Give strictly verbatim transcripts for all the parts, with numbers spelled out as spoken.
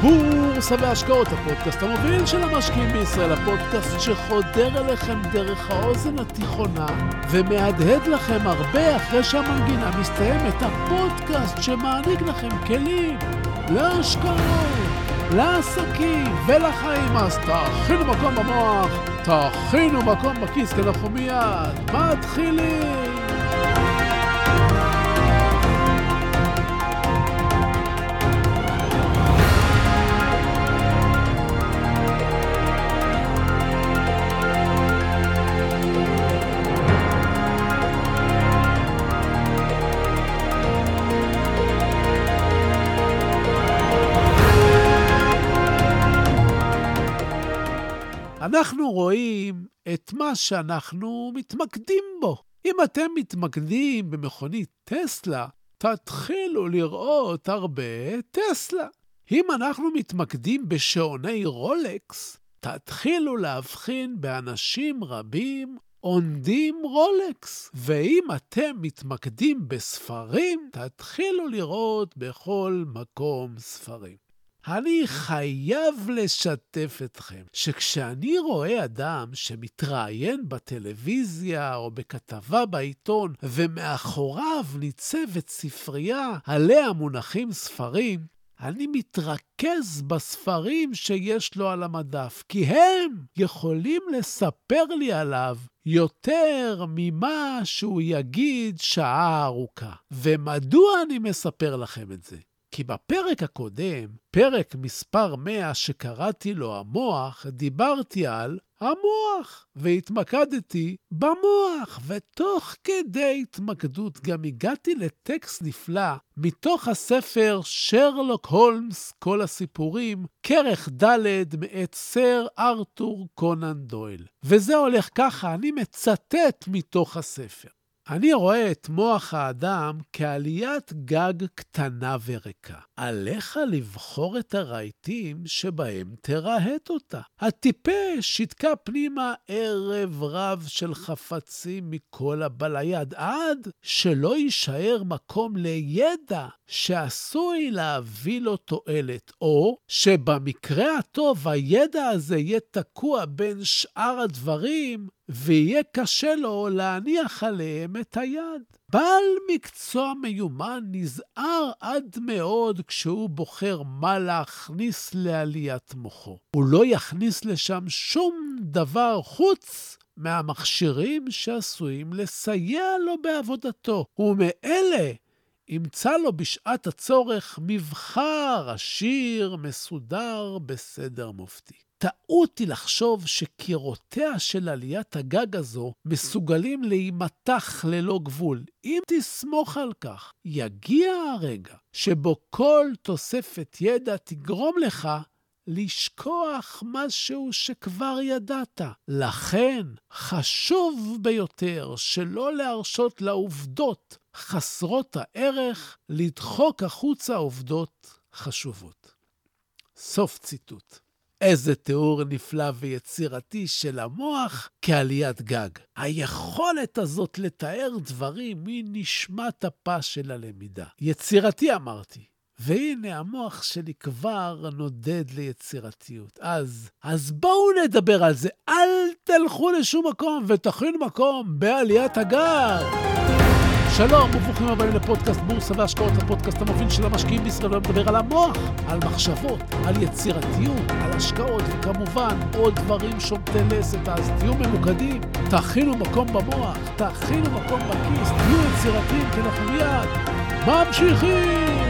בורסה והשקעות, הפודקאסט המוביל של המשקיעים בישראל, הפודקאסט שחודר אליכם דרך האוזן התיכונה ומהדהד לכם הרבה אחרי שהמנגינה מסתיימת, הפודקאסט שמעניק לכם כלים להשקעות, לעסקים ולחיים. אז תכינו מקום במוח, תכינו מקום בכיס, כי אנחנו מיד מתחילים. אנחנו רואים את מה שאנחנו מתמקדים בו. אם אתם מתמקדים במכונית טסלה, תתחילו לראות הרבה טסלה. אם אנחנו מתמקדים בשעוני רולקס, תתחילו להבחין באנשים רבים עונדים רולקס. ואם אתם מתמקדים בספרים, תתחילו לראות בכל מקום ספרים. אני חייב לשתף אתכם שכשאני רואה אדם שמתראיין בטלוויזיה או בכתבה בעיתון ומאחוריו ניצבת ספרייה עליה מונחים ספרים, אני מתרכז בספרים שיש לו על המדף, כי הם יכולים לספר לי עליו יותר ממה שהוא יגיד שעה ארוכה. ומדוע אני מספר לכם את זה? כי בפרק הקודם, פרק מספר מאה שקראתי לו המוח, דיברתי על המוח, והתמקדתי במוח, ותוך כדי התמקדות גם הגעתי לטקסט נפלא, מתוך הספר שרלוק הולמס, כל הסיפורים, כרך ד' מאת סר ארתור קונן דויל. וזה הולך ככה, אני מצטט מתוך הספר. אני רואה את מוח האדם כעליית גג קטנה וריקה. עליך לבחור את הרהיטים שבהם תרהט אותה. הטיפש יתקע פנימה ערב רב של חפצים מכל הבליד, עד שלא יישאר מקום לידע שעשוי להביא לו תועלת, או שבמקרה הטוב הידע הזה יהיה תקוע בין שאר הדברים, ויהיה קשה לו להניח עליהם את היד. בעל מקצוע מיומן נזהר עד מאוד כשהוא בוחר מה להכניס לעליית מוחו. הוא לא יכניס לשם שום דבר חוץ מהמכשירים שעשויים לסייע לו בעבודתו, ומאלה ימצא לו בשעת הצורך מבחר עשיר מסודר בסדר מופתי. טעות היא לחשוב שקירותיה של עליית הגג הזו מסוגלים להימתח ללא גבול. אם תסמוך על כך, יגיע הרגע שבו כל תוספת ידע תגרום לך לשכוח משהו שכבר ידעת. לכן חשוב ביותר שלא להרשות לעובדות חסרות הערך לדחוק החוצה עובדות חשובות. סוף ציטוט. איזה תיאור נפלא ויצירתי של המוח כעליית גג. היכולת הזאת לתאר דברים היא נשמת אפה של הלמידה. יצירתי אמרתי. והנה המוח שלי כבר נודד ליצירתיות. אז, אז בואו נדבר על זה. אל תלכו לשום מקום ותכינו מקום בעליית הגג. שלום וברוכים הבאים לפודקאסט בורסה והשקעות, הפודקאסט המוביל של המשקיעים בישראל, ומדבר על המוח, על מחשבות, על יצירתיות, על השקעות, וכמובן עוד דברים שומטי לסת. אז תהיו ממוקדים, תכינו מקום במוח, תכינו מקום בכיס, תהיו יצירתיים, כי אנחנו מיד ממשיכים.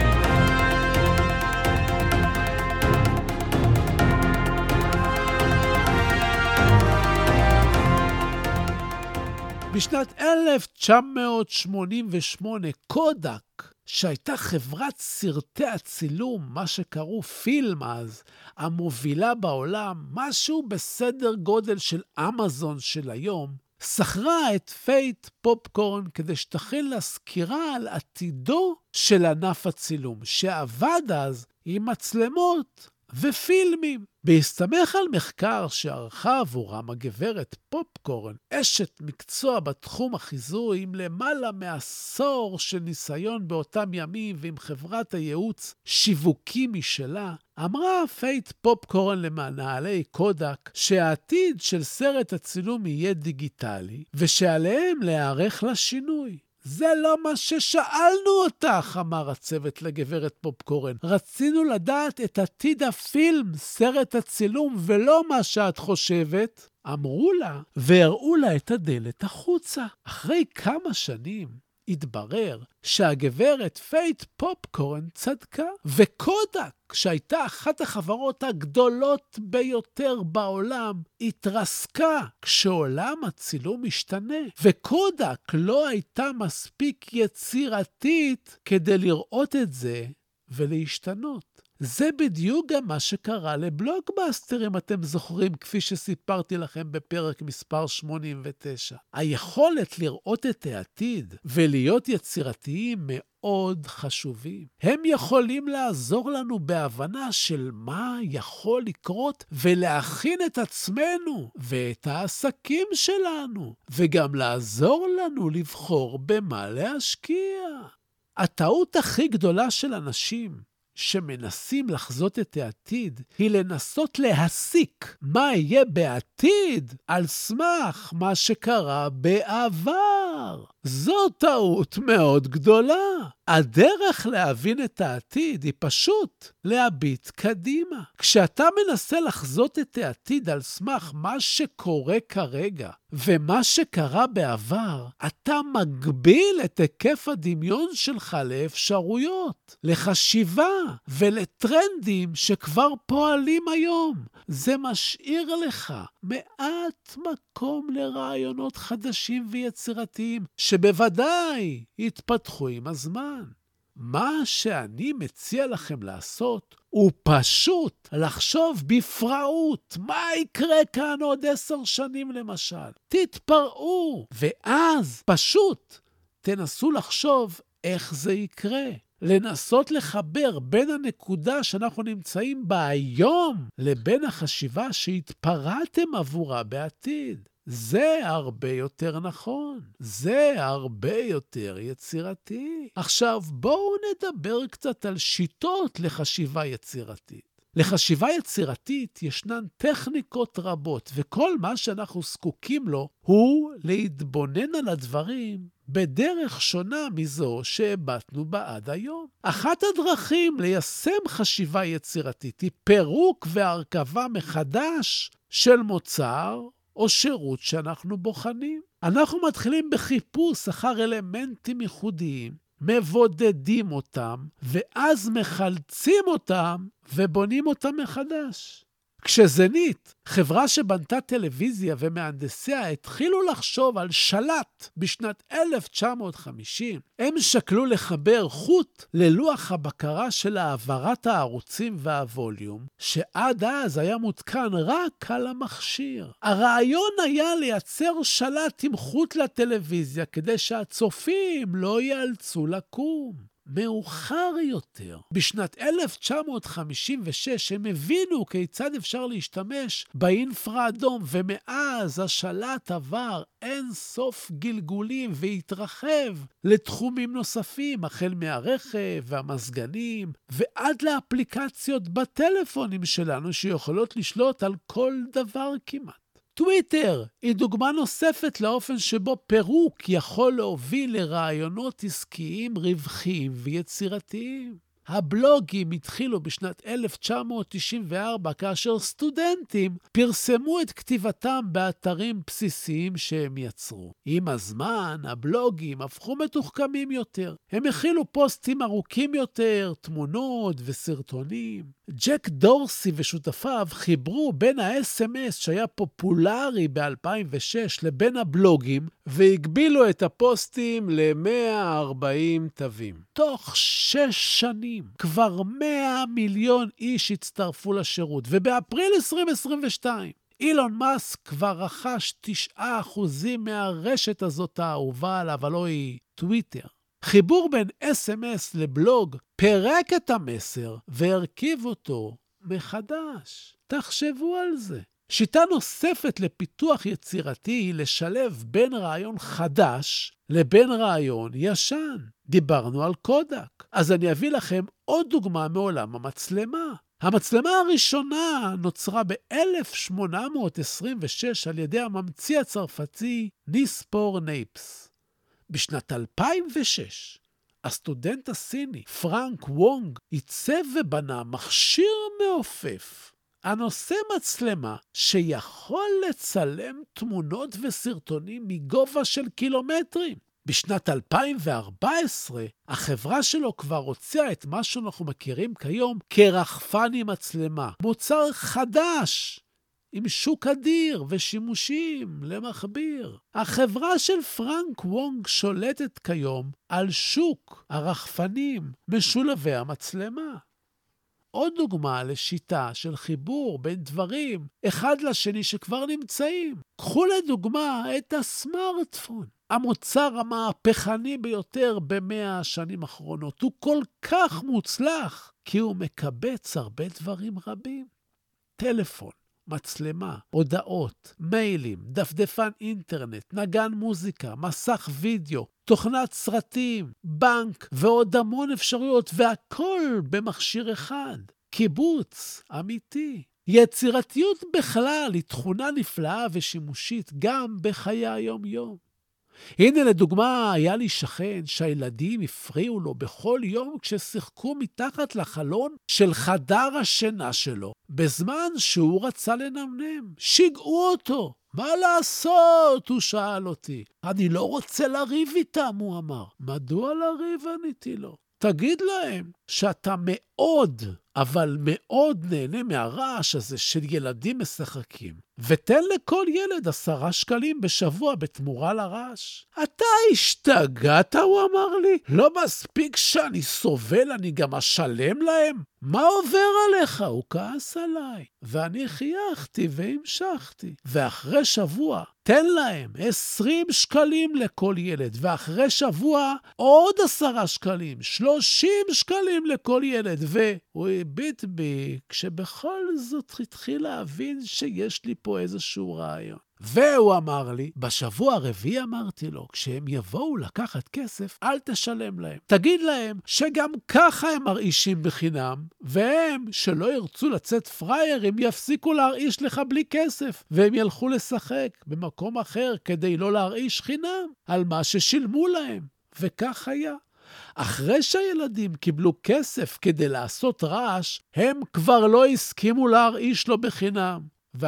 בשנת אלף תשע מאות שמונים ושמונה, קודק, שהייתה חברת סרטי הצילום, מה שקראו פילם אז, המובילה בעולם, משהו בסדר גודל של אמזון של היום, שכרה את פייט פופקורן כדי שתכין לה סקירה על עתידו של ענף הצילום, שעבד אז עם מצלמות ופילמים. בהסתמך על מחקר שערכה עבורם הגברת פופקורן, אשת מקצוע בתחום החיזוי עם למעלה מעשור של ניסיון באותם ימים ועם חברת הייעוץ שיווקי משלה, אמרה פייט פופקורן למנהלי קודק שהעתיד של סרט הצילום יהיה דיגיטלי ושעליהם להיערך לשינוי. זה לא מה ששאלנו אותך, אמר הצוות לגברת פופקורן. רצינו לדעת את עתיד הפילם, סרט הצילום, ולא מה שאת חושבת. אמרו לה, והראו לה את הדלת החוצה. אחרי כמה שנים התברר שהגברת פייט פופקורן צדקה, וקודק, שהייתה אחת החברות הגדולות ביותר בעולם, התרסקה כשעולם הצילום משתנה, וקודק לא הייתה מספיק יצירתית כדי לראות את זה ולהשתנות. זה בדיוק גם מה שקרה לבלוגבאסטר, אם אתם זוכרים, כפי שסיפרתי לכם בפרק מספר שמונים ותשע. היכולת לראות את העתיד ולהיות יצירתיים מאוד חשובים. הם יכולים לעזור לנו בהבנה של מה יכול לקרות ולהכין את עצמנו ואת העסקים שלנו, וגם לעזור לנו לבחור במה להשקיע. הטעות הכי גדולה של אנשים שמנסים לחזות את העתיד, היא לנסות להסיק מה יהיה בעתיד על סמך מה שקרה בעבר. זו טעות מאוד גדולה. הדרך להבין את העתיד היא פשוט להביט קדימה. כשאתה מנסה לחזות את העתיד על סמך מה שקורה כרגע ומה שקרה בעבר, אתה מגביל את היקף הדמיון שלך לאפשרויות, לחשיבה ולטרנדים שכבר פועלים היום. זה משאיר לך מעט מקום לרעיונות חדשים ויצירתיים שבוודאי יתפתחו עם הזמן. מה שאני מציע לכם לעשות הוא פשוט לחשוב בפראות מה יקרה כאן עוד עשר שנים למשל. תתפרעו, ואז פשוט תנסו לחשוב איך זה יקרה. לנסות לחבר בין הנקודה שאנחנו נמצאים בה היום לבין החשיבה שהתפרעתם עבורה בעתיד. זה הרבה יותר נכון. זה הרבה יותר יצירתי. עכשיו בואו נדבר קצת על שיטות לחשיבה יצירתית. לחשיבה יצירתית ישנן טכניקות רבות, וכל מה שאנחנו זקוקים לו הוא להתבונן על הדברים בדרך שונה מזו שהבטנו בה עד היום. אחת הדרכים ליישם חשיבה יצירתית היא פירוק והרכבה מחדש של מוצר או שירות שאנחנו בוחנים. אנחנו מתחילים בחיפוש אחר אלמנטים ייחודיים, מבודדים אותם, ואז מחלצים אותם ובונים אותם מחדש. כשזנית, חברה שבנתה טלוויזיה ומהנדסיה התחילו לחשוב על שלט בשנת אלף תשע מאות וחמישים, הם שקלו לחבר חוט ללוח הבקרה של העברת הערוצים והווליום, שעד אז היה מותקן רק על המכשיר. הרעיון היה לייצר שלט עם חוט לטלוויזיה כדי שהצופים לא ייאלצו לקום. מאוחר יותר, בשנת אלף תשע מאות חמישים ושש, הם הבינו כיצד אפשר להשתמש באינפרה-אדום, ומאז השלט עבר אין סוף גלגולים והתרחב לתחומים נוספים, החל מהרכב והמזגנים, ועד לאפליקציות בטלפונים שלנו שיכולות לשלוט על כל דבר כמעט. טוויטר היא דוגמה נוספת לאופן שבו פירוק יכול להוביל לרעיונות עסקיים רווחיים ויצירתיים. הבלוגים התחילו בשנת אלף תשע מאות תשעים וארבע, כאשר סטודנטים פרסמו את כתיבתם באתרים בסיסיים שהם יצרו. עם הזמן, הבלוגים הפכו מתוחכמים יותר. הם הכילו פוסטים ארוכים יותר, תמונות וסרטונים. ג'ק דורסי ושותפיו חיברו בין ה-אס אם אס שהיה פופולרי ב-אלפיים ושש לבין הבלוגים, והגבילו את הפוסטים ל-מאה וארבעים תווים. תוך שש שנים כבר מאה מיליון איש הצטרפו לשירות, ובאפריל עשרים עשרים ושתיים אילון מאסק כבר רכש תשעה אחוזים מהרשת הזאת האהובה עליו, הלוא היא טוויטר. חיבור בין אס אם אס לבלוג פירק את המסר והרכיב אותו מחדש. תחשבו על זה. שיטה נוספת לפיתוח יצירתי היא לשלב בין רעיון חדש לבין רעיון ישן. דיברנו על קודק. אז אני אביא לכם עוד דוגמה מעולם המצלמה. המצלמה הראשונה נוצרה ב-אלף שמונה מאות עשרים ושש על ידי הממציא הצרפתי ניספור נייפס. בשנת אלפיים ושש, הסטודנט הסיני פרנק וונג עיצב ובנה מכשיר מעופף הנושא מצלמה שיכול לצלם תמונות וסרטונים מגובה של קילומטרים. בשנת אלפיים וארבע עשרה, החברה שלו כבר הוציאה את מה שאנחנו מכירים כיום כרחפן עם מצלמה. מוצר חדש, עם שוק אדיר ושימושים למכביר. החברה של פרנק וונג שולטת כיום על שוק הרחפנים משולבי המצלמה. עוד דוגמה לשיטה של חיבור בין דברים אחד לשני שכבר נמצאים. קחו לדוגמה את הסמארטפון. המוצר המהפכני ביותר במאה השנים האחרונות. הוא כל כך מוצלח, כי הוא מקבץ הרבה דברים רבים. טלפון, מצלמה, הודעות, מיילים, דפדפן אינטרנט, נגן מוזיקה, מסך וידאו, תוכנת סרטים, בנק ועוד המון אפשרויות, והכל במכשיר אחד. קיבוץ אמיתי. יצירתיות בכלל היא תכונה נפלאה ושימושית גם בחיי היום-יום. הנה לדוגמה, היה לי שכן שהילדים הפריעו לו בכל יום כששיחקו מתחת לחלון של חדר השינה שלו, בזמן שהוא רצה לנמנם. שיגעו אותו. מה לעשות? הוא שאל אותי. אני לא רוצה לריב איתם, הוא אמר. מדוע לריב? עניתי לו. תגיד להם שאתה מאוד, אבל מאוד נהנה מהרעש הזה של ילדים משחקים, ותן לכל ילד עשרה שקלים בשבוע בתמורה לרעש. אתה השתגעת, הוא אמר לי. לא מספיק שאני סובל, אני גם אשלם להם? מה עובר עליך? הוא כעס עליי. ואני חייכתי והמשכתי. ואחרי שבוע, תן להם עשרים שקלים לכל ילד, ואחרי שבוע עוד עשרה שקלים, שלושים שקלים לכל ילד, והוא הביט בי כשבכל זאת התחיל להבין שיש לי פה איזשהו רעיון. והוא אמר לי, בשבוע הרביעי אמרתי לו, כשהם יבואו לקחת כסף, אל תשלם להם. תגיד להם שגם ככה הם מרעישים בחינם, והם שלא ירצו לצאת פריירים יפסיקו להרעיש לך בלי כסף, והם ילכו לשחק במקום אחר כדי לא להרעיש חינם על מה ששילמו להם. וכך היה. אחרי שהילדים קיבלו כסף כדי לעשות רעש, הם כבר לא הסכימו להרעיש לו בחינם,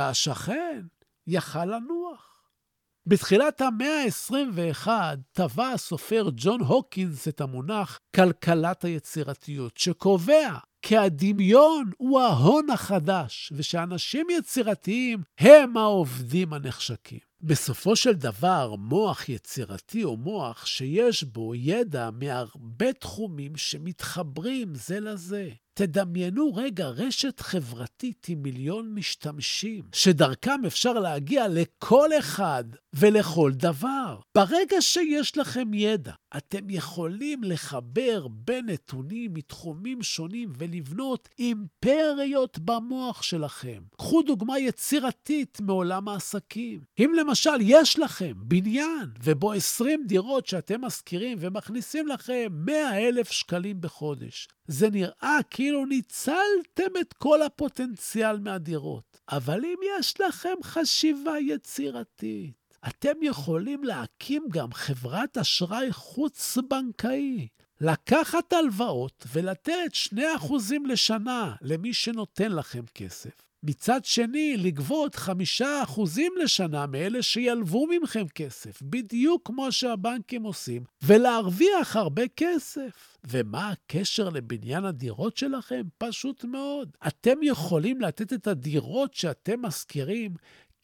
והשכן יכל לנוח. בתחילת המאה ה-עשרים ואחת טבע הסופר ג'ון הוקינס את המונח כלכלת היצירתיות, שקובע כי הדמיון הוא ההון החדש, ושאנשים יצירתיים הם העובדים הנחשקים. בסופו של דבר, מוח יצירתי הוא מוח שיש בו ידע מהרבה תחומים שמתחברים זה לזה. תדמיינו רגע רשת חברתית עם מיליון משתמשים, שדרכם אפשר להגיע לכל אחד ולכל דבר. ברגע שיש לכם ידע, אתם יכולים לחבר בין נתונים מתחומים שונים ולבנות אימפריות במוח שלכם. קחו דוגמה יצירתית מעולם העסקים. אם למשל יש לכם בניין ובו עשרים דירות שאתם מזכירים ומכניסים לכם מאה אלף שקלים בחודש, זה נראה כאילו ניצלתם את כל הפוטנציאל מהדירות. אבל אם יש לכם חשיבה יצירתית, אתם יכולים להקים גם חברת אשראי חוץ-בנקאי, לקחת הלוואות ולתת שני אחוזים לשנה למי שנותן לכם כסף. מצד שני, לגבות חמישה אחוזים לשנה מאלה שילוו ממכם כסף, בדיוק כמו שהבנקים עושים, ולהרוויח הרבה כסף. ומה הקשר לבניין הדירות שלכם? פשוט מאוד. אתם יכולים לתת את הדירות שאתם מזכירים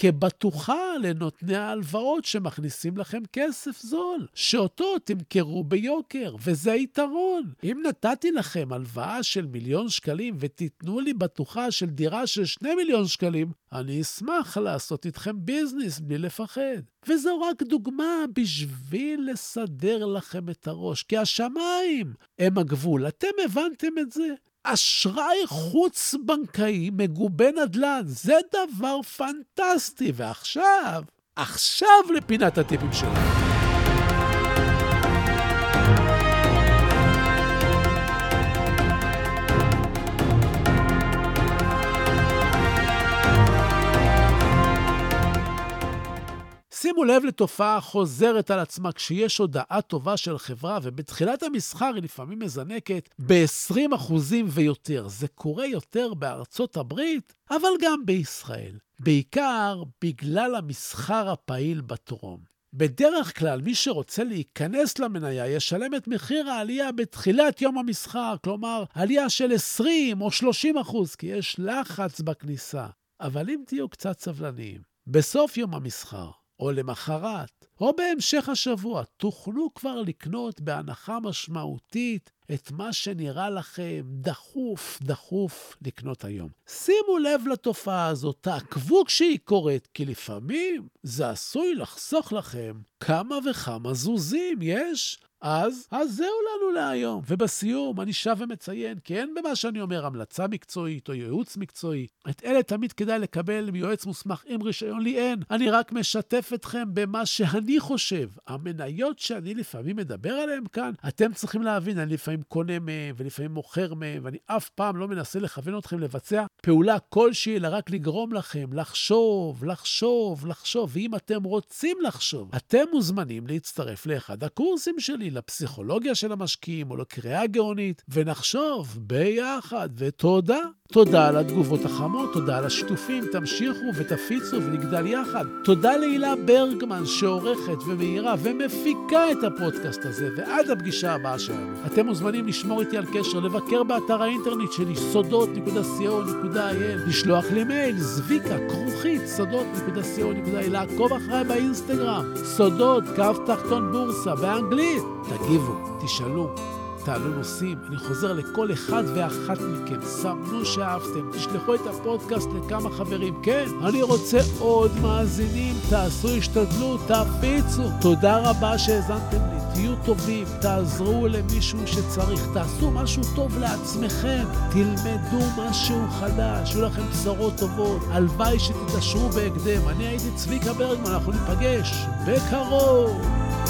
כבטוחה לנותני ההלוואות שמכניסים לכם כסף זול, שאותו תמכרו ביוקר, וזה יתרון. אם נתתי לכם הלוואה של מיליון שקלים ותיתנו לי בטוחה של דירה של שני מיליון שקלים, אני אשמח לעשות איתכם ביזנס בלי לפחד. וזו רק דוגמה בשביל לסדר לכם את הראש, כי השמיים הם הגבול. אתם הבנתם את זה? אשראי חוץ-בנקאי מגובה נדל"ן. זה דבר פנטסטי. ועכשיו, עכשיו לפינת הטיפים שלנו. שימו לב לתופעה חוזרת על עצמה כשיש הודעה טובה של חברה, ובתחילת המסחר היא לפעמים מזנקת ב-עשרים אחוזים ויותר. זה קורה יותר בארצות הברית, אבל גם בישראל. בעיקר בגלל המסחר הפעיל בטרום. בדרך כלל מי שרוצה להיכנס למניה ישלם את מחיר העלייה בתחילת יום המסחר, כלומר עלייה של עשרים או שלושים אחוז, כי יש לחץ בכניסה. אבל אם תהיו קצת סבלניים, בסוף יום המסחר, או למחרת, או בהמשך השבוע, תוכלו כבר לקנות בהנחה משמעותית את מה שנראה לכם דחוף, דחוף לקנות היום. שימו לב לתופעה הזאת, תעקבו כשהיא קורית, כי לפעמים זה עשוי לחסוך לכם כמה וכמה זוזים, יש? אז, אז זהו לנו להיום. ובסיום אני שב ומציין, כי אין במה שאני אומר המלצה מקצועית או ייעוץ מקצועי. את אלה תמיד כדאי לקבל מיועץ מוסמך עם רישיון, לי אין. אני רק משתף אתכם במה שאני חושב. המניות שאני לפעמים מדבר עליהן כאן, אתם צריכים להבין, אני לפעמים קונה מהם ולפעמים מוכר מהם, ואני אף פעם לא מנסה לכוון אתכם לבצע פעולה כלשהי, אלא רק לגרום לכם לחשוב, לחשוב, לחשוב. ואם אתם רוצים לחשוב, אתם מוזמנים להצטרף לאחד הקורסים שלי, לפסיכולוגיה של המשקיעים או לקריאה גאונית, ונחשוב ביחד. ותודה. תודה על התגובות החמות, תודה על השיתופים, תמשיכו ותפיצו ונגדל יחד. תודה להילה ברגמן שעורכת ומהירה ומפיקה את הפודקאסט הזה, ועד הפגישה הבאה שלנו. אתם מוזמנים לשמור איתי על קשר, לבקר באתר האינטרנט שלי סודות נקודה סי או נקודה איי אל, לשלוח לי מייל זביקה כרוכית סודות נקודה סי או נקודה איי אל, לעקוב אחריי באינסטגרם סודות קו תחתון בורסה באנגלית. תגיבו, תשאלו, תעלו נושאים. אני חוזר לכל אחד ואחת מכם, סמנו שאהבתם, תשלחו את הפודקאסט לכמה חברים. כן, אני רוצה עוד מאזינים, תעשו השתדלות, תפיצו. תודה רבה שהזנתם לי, תהיו טובים, תעזרו למישהו שצריך, תעשו משהו טוב לעצמכם, תלמדו משהו חדש, יהיו לכם בשורות טובות, הלוואי שתתעשרו בהקדם. אני הייתי צביקה ברגמן, אנחנו ניפגש בקרוב.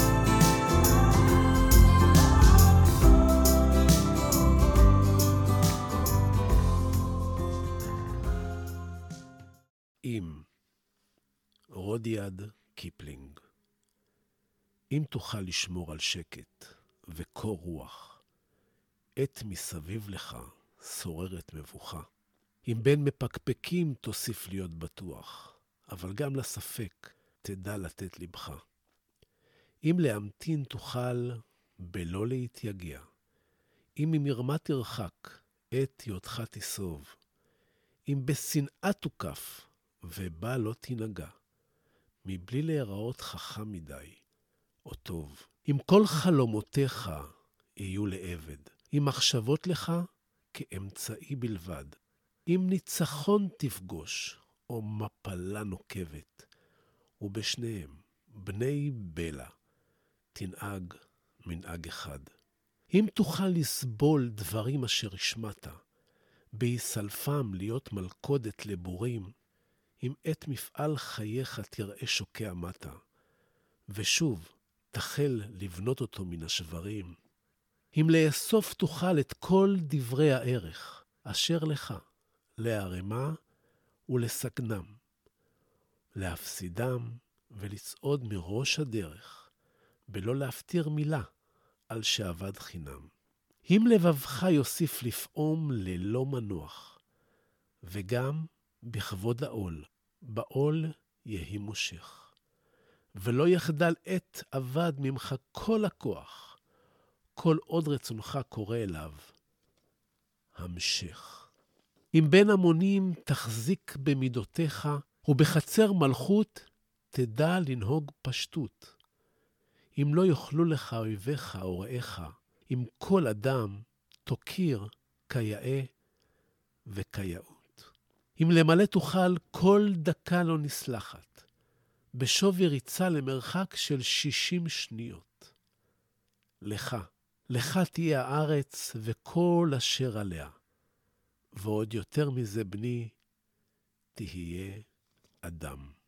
אם רודיעד קיפלינג, אם תוכל לשמור על שקט וקור רוח, עת מסביב לך שוררת מבוכה. אם בין מפקפקים תוסיף להיות בטוח, אבל גם לספק תדע לתת לבך. אם להמתין תוכל בלא להתייגע, אם ממרמה תרחק, עת היותך תסוב, אם בשנאה תוקף, ובה לא תנגע, מבלי להיראות חכם מדי, או טוב. אם כל חלומותיך יהיו לעבד, אם מחשבות לך כאמצעי בלבד, אם ניצחון תפגוש, או מפלה נוקבת, ובשניהם, בני בלה, תנהג מנהג אחד. אם תוכל לסבול דברים אשר השמעת, ביסלפם להיות מלכודת לבורים, אם עת מפעל חייך תראה שוקע מטה, ושוב תחל לבנות אותו מן השברים, אם לאסוף תוכל את כל דברי הערך, אשר לך, להרמה ולסגנם, להפסידם ולצעוד מראש הדרך, בלא להפתיר מילה על שעבד חינם. אם לבבך יוסיף לפעום ללא מנוח, וגם בכבוד העול, בעול יהי מושך, ולא יחדל עת עבד ממך כל הכוח, כל עוד רצונך קורא אליו, המשך. אם בין המונים תחזיק במידותיך, ובחצר מלכות תדע לנהוג פשטות. אם לא יוכלו לך אויביך או רעיך, אם כל אדם תוקיר כיאה וכיאות. אם למלא תוכל כל דקה לא נסלחת, בשווי ריצה למרחק של שישים שניות. לך, לך תהיה הארץ וכל אשר עליה, ועוד יותר מזה, בני, תהיה אדם.